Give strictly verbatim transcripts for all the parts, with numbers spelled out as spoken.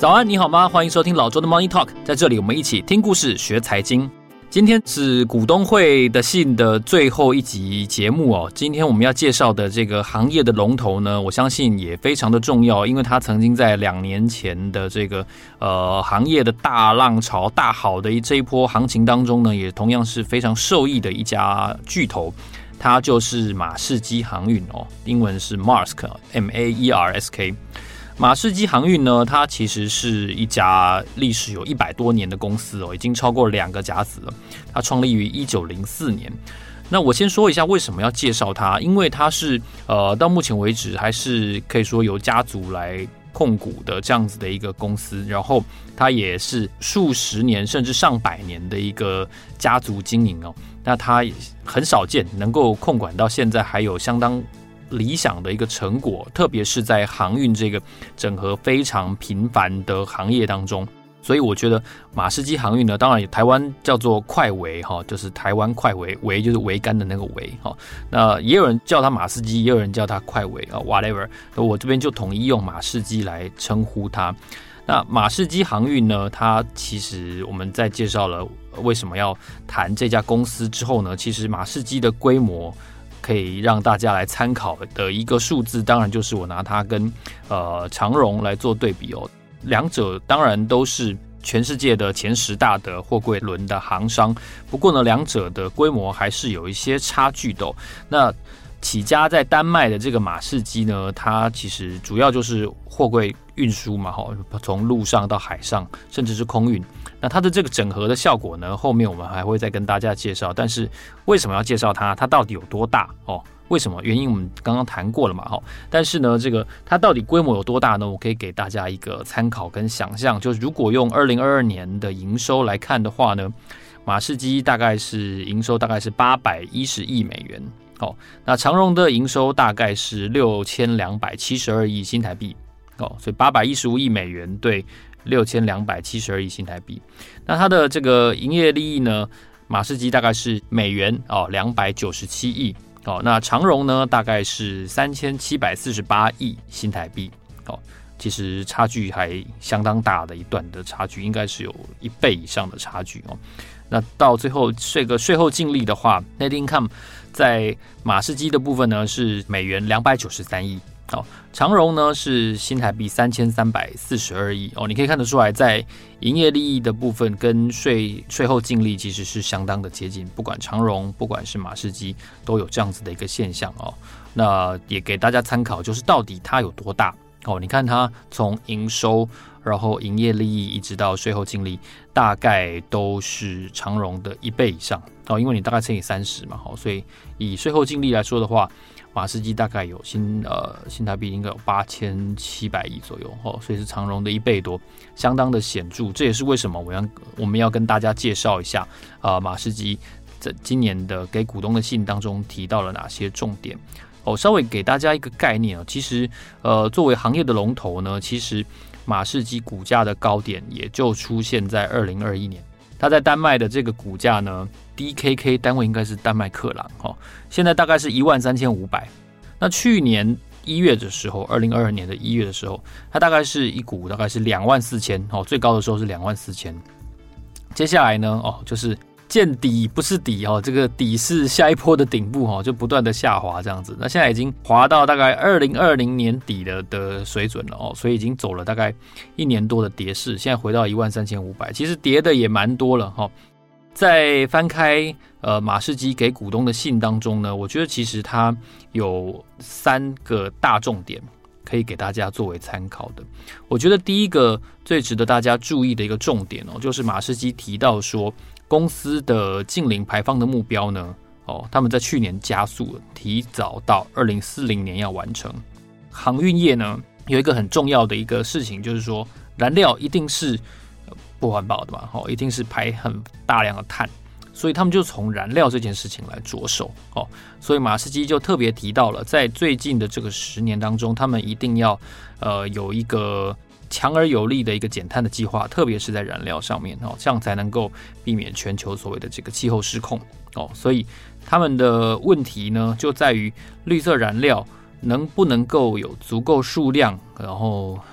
早安，你好吗？欢迎收听老周的 Money Talk， 在这里我们一起听故事学财经。今天是股东会的信的最后一集节目哦。今天我们要介绍的这个行业的龙头呢，我相信也非常的重要，因为它曾经在两年前的这个呃行业的大浪潮、大好的这一波行情当中呢，也同样是非常受益的一家巨头。它就是马士基航运哦，英文是 Maersk M A E R S K。马士基航运呢，它其实是一家历史有一百多年的公司哦，已经超过两个甲子了。它创立于一九零四年。那我先说一下为什么要介绍它，因为它是呃到目前为止还是可以说由家族来控股的这样子的一个公司，然后它也是数十年甚至上百年的一个家族经营哦。那它很少见能够控管到现在还有相当理想的一个成果，特别是在航运这个整合非常频繁的行业当中。所以我觉得马士基航运呢，当然台湾叫做快维哈，就是台湾快维，维就是桅杆的那个维哈。那也有人叫它马士基，也有人叫它快维啊 ，whatever。我这边就统一用马士基来称呼它。那马士基航运呢，它其实我们在介绍了为什么要谈这家公司之后呢，其实马士基的规模可以让大家来参考的一个数字，当然就是我拿它跟呃长荣来做对比哦。两者当然都是全世界的前十大的货柜轮的航商，不过呢，两者的规模还是有一些差距的哦。那起家在丹麦的这个马士基呢，它其实主要就是货柜运输嘛，从陆上到海上，甚至是空运。那它的这个整合的效果呢，后面我们还会再跟大家介绍。但是为什么要介绍它？它到底有多大哦？为什么？原因我们刚刚谈过了嘛，但是呢，这个它到底规模有多大呢？我可以给大家一个参考跟想象，就是如果用二零二二年的营收来看的话呢，马士基大概是营收大概是八百一十亿美元。哦，那长荣的营收大概是六千两百七十二亿新台币，哦，所以八百一十五亿美元对六千两百七十二亿新台币。那它的这个营业利益呢，马士基大概是美元哦两百九十七亿，哦，那长荣呢大概是三千七百四十八亿新台币，哦，其实差距还相当大的一段的差距，应该是有一倍以上的差距哦。那到最后这个税后净利的话 ，net income 在马士基的部分呢是美元两百九十三亿，好，长荣呢是新台币三千三百四十二亿哦。你可以看得出来，在营业利益的部分跟税税后净利其实是相当的接近，不管长荣，不管是马士基，都有这样子的一个现象哦。那也给大家参考，就是到底它有多大哦？你看它从营收，然后营业利益一直到税后净利，大概都是长荣的一倍以上哦，因为你大概乘以三十嘛，所以以税后净利来说的话，马士基大概有新呃新台币应该有八千七百亿左右哦，所以是长荣的一倍多，相当的显著。这也是为什么我要我们要跟大家介绍一下呃马士基在今年的给股东的信当中提到了哪些重点哦，稍微给大家一个概念哦。其实呃作为行业的龙头呢，其实马士基股价的高点也就出现在二零二一年，它在丹麦的这个股价呢 ，D K K 单位应该是丹麦克朗哦，现在大概是一万三千五百。那去年一月的时候，二零二二年的一月的时候，它大概是一股大概是两万四千哦，最高的时候是两万四千。接下来呢，哦，就是见底不是底哦，这个底是下一波的顶部哦，就不断的下滑这样子。那现在已经滑到大概二零二零年底的的水准了哦，所以已经走了大概一年多的跌势，现在回到一万三千五百，其实跌的也蛮多了哈。在翻开呃马士基给股东的信当中呢，我觉得其实它有三个大重点可以给大家作为参考的。我觉得第一个最值得大家注意的一个重点哦，就是马士基提到说，公司的净零排放的目标呢，哦，他们在去年加速了，提早到二零四零年要完成。航运业呢有一个很重要的一个事情，就是说燃料一定是不环保的嘛，哦，一定是排很大量的碳，所以他们就从燃料这件事情来着手哦。所以马士基就特别提到了，在最近的这个十年当中，他们一定要呃有一个强而有力的一个减碳的计划，特别是在燃料上面哦，这样才能够避免全球所谓的这个气候失控哦。所以他们的问题呢，就在于绿色燃料能不能够有足够数量，然后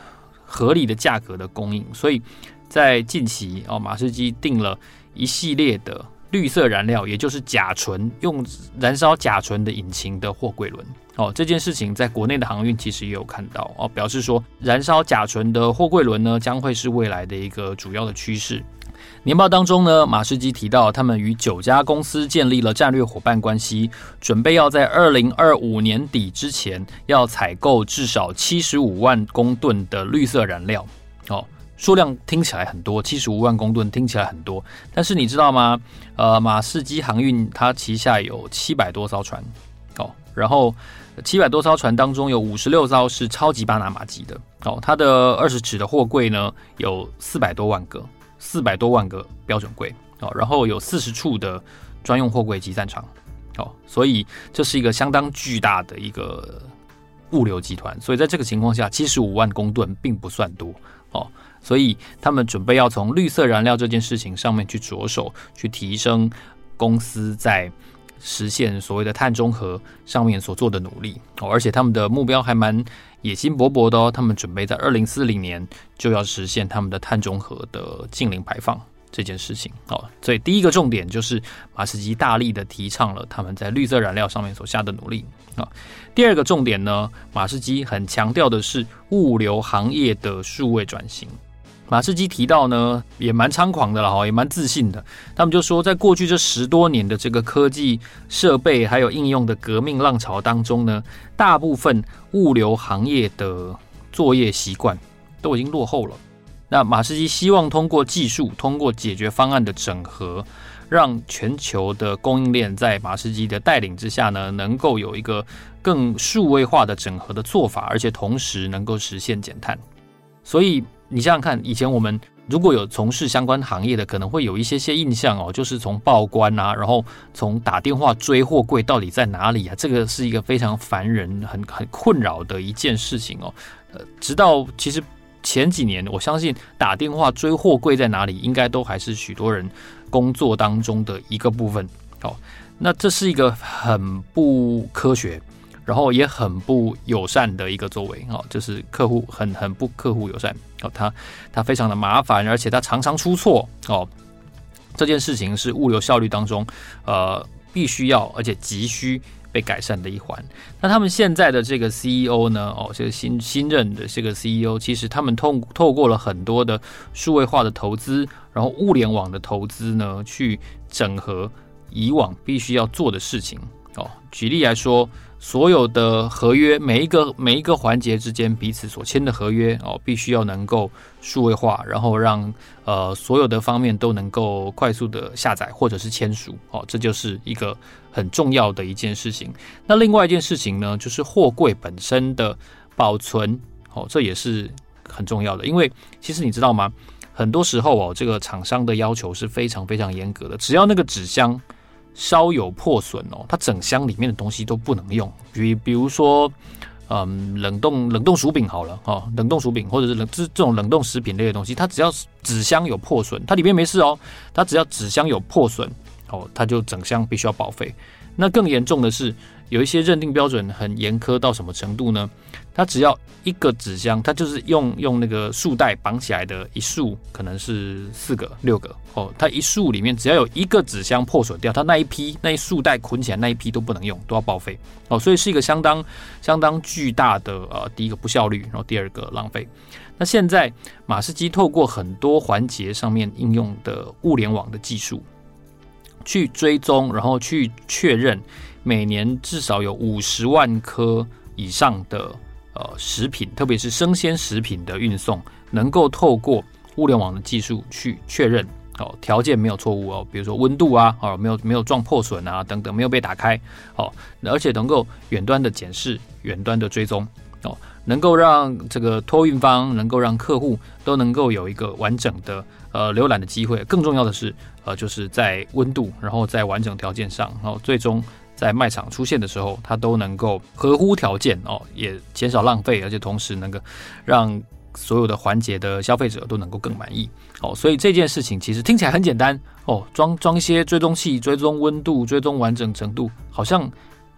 合理的价格的供应，所以在近期哦，马士基定了一系列的绿色燃料，也就是甲醇，用燃烧甲醇的引擎的货柜轮。哦，这件事情在国内的航运其实也有看到哦，表示说燃烧甲醇的货柜轮呢，将会是未来的一个主要的趋势。年报当中呢，马士基提到他们与九家公司建立了战略伙伴关系，准备要在二零二五年底之前要采购至少七十五万公吨的绿色燃料。哦，数量听起来很多，七十五万公吨听起来很多，但是你知道吗？呃，马士基航运它旗下有七百多艘船，哦，然后七百多艘船当中有五十六艘是超级巴拿马级的，哦，它的二十尺的货柜呢有四百多万个。四百多万个标准柜，哦，然后有四十处的专用货柜集散场，哦，所以这是一个相当巨大的一个物流集团。所以在这个情况下，七十五万公吨并不算多，哦，所以他们准备要从绿色燃料这件事情上面去着手，去提升公司在实现所谓的碳中和上面所做的努力，哦，而且他们的目标还蛮野心勃勃的哦，他们准备在二零四零年就要实现他们的碳中和的净零排放这件事情，哦，所以第一个重点就是马士基大力的提倡了他们在绿色燃料上面所下的努力，哦，第二个重点呢，马士基很强调的是物流行业的数位转型。马士基提到呢，也蛮猖狂的啦，也蛮自信的。他们就说，在过去这十多年的这个科技设备还有应用的革命浪潮当中呢，大部分物流行业的作业习惯都已经落后了。那马士基希望通过技术，通过解决方案的整合，让全球的供应链在马士基的带领之下呢，能够有一个更数位化的整合的做法，而且同时能够实现减碳。所以你想想看，以前我们如果有从事相关行业的，可能会有一些些印象哦，就是从报关啊，然后从打电话追货柜到底在哪里啊，这个是一个非常烦人、很很困扰的一件事情哦。呃，直到其实前几年，我相信打电话追货柜在哪里，应该都还是许多人工作当中的一个部分。哦，那这是一个很不科学，然后也很不友善的一个作为，哦，就是客户很很不客户友善，哦，它它非常的麻烦，而且它常常出错，哦，这件事情是物流效率当中，呃，必须要而且急需被改善的一环。那他们现在的这个 C E O 呢，哦，这个新新任的这个 C E O， 其实他们透透过了很多的数位化的投资，然后物联网的投资呢，去整合以往必须要做的事情。哦，举例来说，所有的合约，每一个每一个环节之间彼此所签的合约，哦，必须要能够数位化，然后让呃所有的方面都能够快速的下载或者是签署，哦，这就是一个很重要的一件事情。那另外一件事情呢，就是货柜本身的保存，哦，这也是很重要的，因为其实你知道吗？很多时候哦，这个厂商的要求是非常非常严格的，只要那个纸箱稍有破损哦，它整箱里面的东西都不能用。比比如说，嗯，冷冻冷冻薯饼好了哦，冷冻薯饼或者是冷这这种冷冻食品类的东西，它只要纸箱有破损，它里面没事哦，它只要纸箱有破损哦，它就整箱必须要报废。那更严重的是，有一些认定标准很严苛到什么程度呢？它只要一个纸箱，它就是用用那个束带绑起来的一束，可能是四个、六个哦。它一束里面只要有一个纸箱破损掉，它那一批那一束带捆起来那一批都不能用，都要报废哦。所以是一个相当相当巨大的呃，第一个不效率，然后第二个浪费。那现在马士基透过很多环节上面应用的物联网的技术，去追踪，然后去确认每年至少有五十万颗以上的呃食品，特别是生鲜食品的运送，能够透过物联网的技术去确认哦，条件没有错误哦，比如说温度啊，哦，没有没有撞破损啊等等，没有被打开哦，而且能够远端的检视、远端的追踪哦，能够让这个托运方、能够让客户都能够有一个完整的呃浏览的机会。更重要的是，呃，就是在温度，然后在完整条件上，然后最终在卖场出现的时候，它都能够合乎条件哦，也减少浪费，而且同时能够让所有的环节的消费者都能够更满意哦。所以这件事情其实听起来很简单哦，装装一些追踪器，追踪温度，追踪完整程度，好像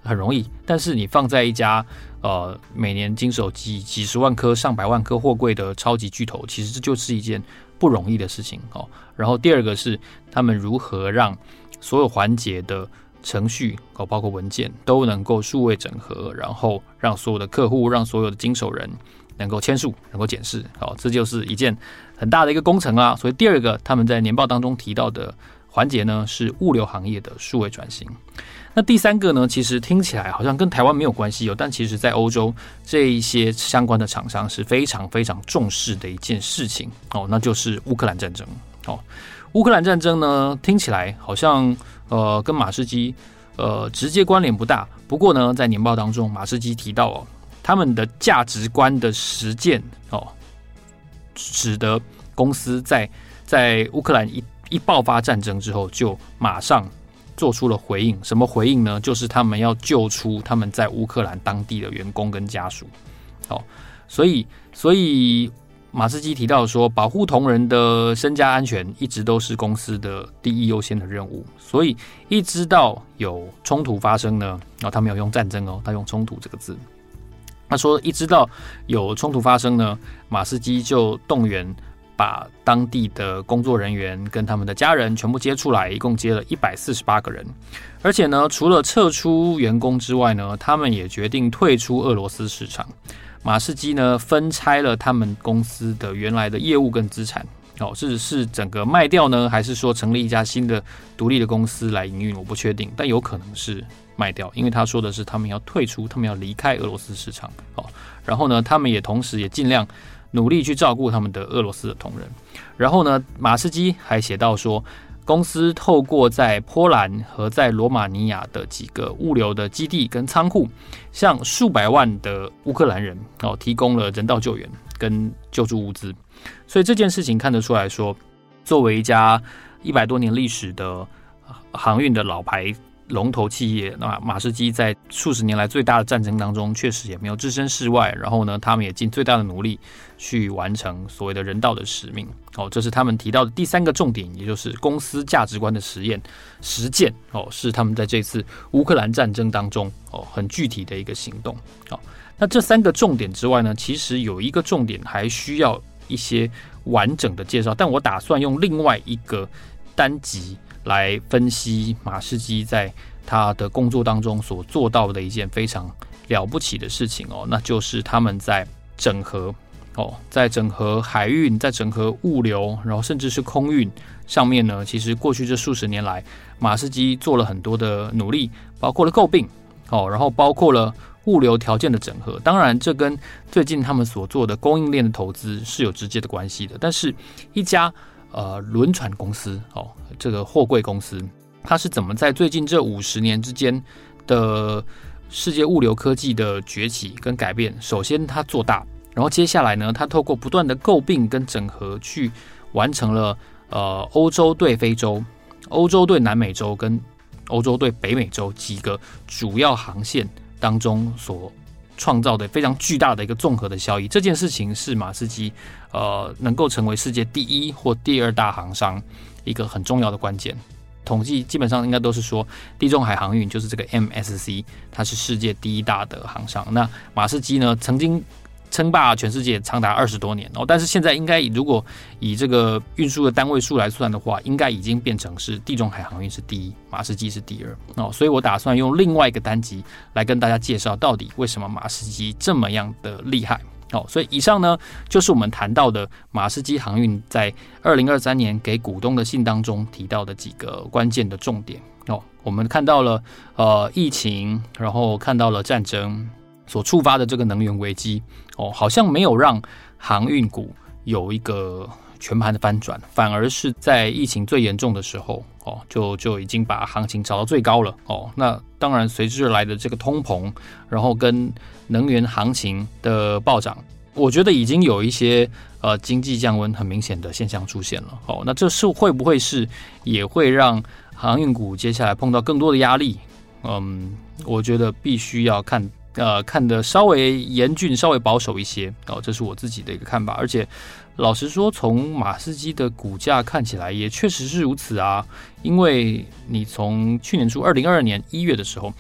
很容易，但是你放在一家呃每年经手几几十万颗、上百万颗货柜的超级巨头，其实这就是一件不容易的事情哦。然后第二个是他们如何让所有环节的程序哦，包括文件都能够数位整合，然后让所有的客户、让所有的经手人能够签署、能够检视，好，这就是一件很大的一个工程啊。所以第二个他们在年报当中提到的环节呢，是物流行业的数位转型。那第三个呢，其实听起来好像跟台湾没有关系哦，但其实在欧洲这一些相关的厂商是非常非常重视的一件事情哦，那就是乌克兰战争哦。乌克兰战争呢，听起来好像呃跟马士基呃直接关联不大，不过呢，在年报当中，马士基提到哦，他们的价值观的实践哦，使得公司在在乌克兰一一爆发战争之后，就马上做出了回应。什么回应呢？就是他们要救出他们在乌克兰当地的员工跟家属。好，所以所以马士基提到说，保护同仁的身家安全一直都是公司的第一优先的任务。所以一直到有冲突发生呢，哦，他没有用战争哦，他用冲突这个字。他说，一直到有冲突发生呢，马士基就动员把当地的工作人员跟他们的家人全部接出来，一共接了一百四十八个人。而且呢，除了撤出员工之外呢，他们也决定退出俄罗斯市场。马士基呢，分拆了他们公司的原来的业务跟资产。哦，是是整个卖掉呢，还是说成立一家新的独立的公司来营运？我不确定，但有可能是卖掉，因为他说的是他们要退出，他们要离开俄罗斯市场。哦，然后呢，他们也同时也尽量努力去照顾他们的俄罗斯的同仁。然后呢，马士基还写到说，公司透过在波兰和在罗马尼亚的几个物流的基地跟仓库，向数百万的乌克兰人哦提供了人道救援跟救助物资。所以这件事情看得出来说，作为一家一百多年历史的航运的老牌龙头企业，那马士基在数十年来最大的战争当中，确实也没有置身事外。然后呢，他们也尽最大的努力去完成所谓的人道的使命。哦，这是他们提到的第三个重点，也就是公司价值观的实验实践。哦，是他们在这次乌克兰战争当中哦很具体的一个行动。哦，那这三个重点之外呢，其实有一个重点还需要一些完整的介绍，但我打算用另外一个单集来分析马士基在他的工作当中所做到的一件非常了不起的事情哦，那就是他们在整合哦，在整合海运、在整合物流，然后甚至是空运上面呢，其实过去这数十年来，马士基做了很多的努力，包括了购并哦，然后包括了物流条件的整合。当然，这跟最近他们所做的供应链的投资是有直接的关系的。但是，一家呃轮船公司哦，这个货柜公司，它是怎么在最近这五十年之间的世界物流科技的崛起跟改变？首先，它做大。然后接下来呢，它透过不断的购并跟整合，去完成了呃欧洲对非洲、欧洲对南美洲跟欧洲对北美洲几个主要航线当中所创造的非常巨大的一个综合的效益。这件事情是马士基呃能够成为世界第一或第二大航商一个很重要的关键。统计基本上应该都是说，地中海航运就是这个 M S C， 它是世界第一大的航商。那马士基呢，曾经称霸全世界长达二十多年哦，但是现在应该如果以这个运输的单位数来算的话，应该已经变成是地中海航运是第一，马士基是第二哦，所以我打算用另外一个单集来跟大家介绍到底为什么马士基这么样的厉害哦。所以以上呢就是我们谈到的马士基航运在二零二三年给股东的信当中提到的几个关键的重点哦。我们看到了呃疫情，然后看到了战争所触发的这个能源危机哦，好像没有让航运股有一个全盘的翻转，反而是在疫情最严重的时候哦，就就已经把行情炒到最高了哦。那当然随之而来的这个通膨，然后跟能源行情的暴涨，我觉得已经有一些呃经济降温很明显的现象出现了哦。那这是会不会是也会让航运股接下来碰到更多的压力？嗯，我觉得必须要看。呃，看得稍微严峻、稍微保守一些哦，这是我自己的一个看法。而且，老实说，从马士基的股价看起来，也确实是如此啊。因为你从去年初二零二二年一月的时候，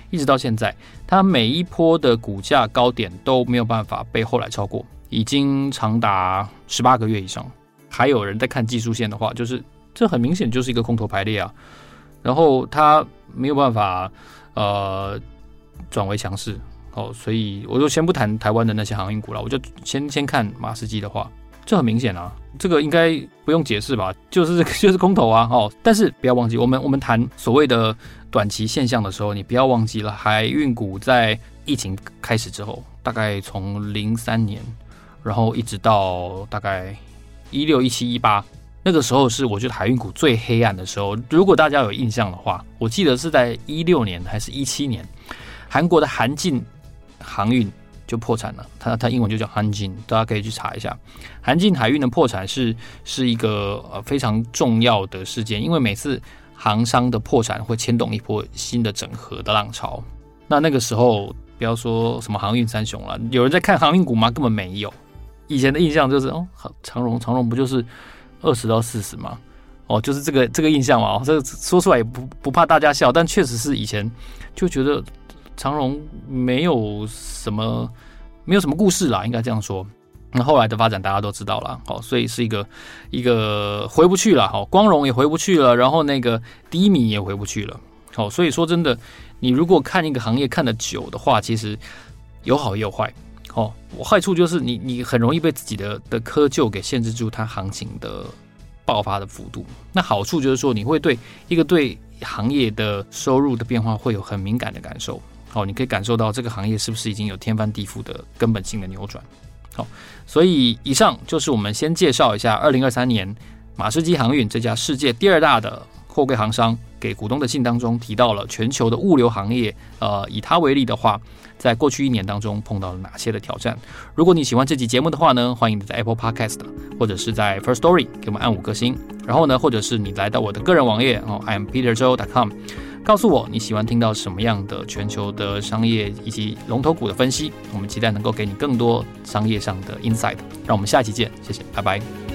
一直到现在，它每一波的股价高点都没有办法被后来超过，已经长达十八个月以上。还有人在看技术线的话，就是这很明显就是一个空头排列啊，然后它没有办法呃转为强势。哦，所以我就先不谈台湾的那些航运股了，我就先先看马士基的话，这很明显啊，这个应该不用解释吧，就是就是空头啊。哦，但是不要忘记，我们我们谈所谓的短期现象的时候，你不要忘记了，海运股在疫情开始之后，大概从零三年，然后一直到大概一六、一七、一八，那个时候是我觉得海运股最黑暗的时候。如果大家有印象的话，我记得是在一六年还是一七年，韩国的韩进航运就破产了，它它英文就叫韩进，大家可以去查一下。韩进海运的破产是是一个呃非常重要的事件，因为每次航商的破产会牵动一波新的整合的浪潮。那那个时候不要说什么航运三雄了，有人在看航运股吗？根本没有。以前的印象就是哦，长荣长荣不就是二十到四十吗？哦，就是这个这个印象嘛。这个说出来也不不怕大家笑，但确实是以前就觉得。长荣没有什么没有什么故事啦，应该这样说。那后来的发展大家都知道了，好，所以是一个一个回不去了，好，光荣也回不去了，然后那个低迷也回不去了，好，所以说真的，你如果看一个行业看得久的话，其实有好也有坏，好，坏处就是你你很容易被自己的的窠臼给限制住它行情的爆发的幅度。那好处就是说，你会对一个对行业的收入的变化会有很敏感的感受。好，你可以感受到这个行业是不是已经有天翻地覆的根本性的扭转。好，所以以上就是我们先介绍一下二零二三年马士基航运这家世界第二大的货柜航商给股东的信当中提到了全球的物流行业，呃，以它为例的话，在过去一年当中碰到了哪些的挑战。如果你喜欢这集节目的话呢，欢迎你在 Apple Podcast 或者是在 First Story 给我们按五颗星，然后呢，或者是你来到我的个人网页哦 I am peter zhou dot com， 告诉我你喜欢听到什么样的全球的商业以及龙头股的分析，我们期待能够给你更多商业上的 insight。让我们下期见，谢谢，拜拜。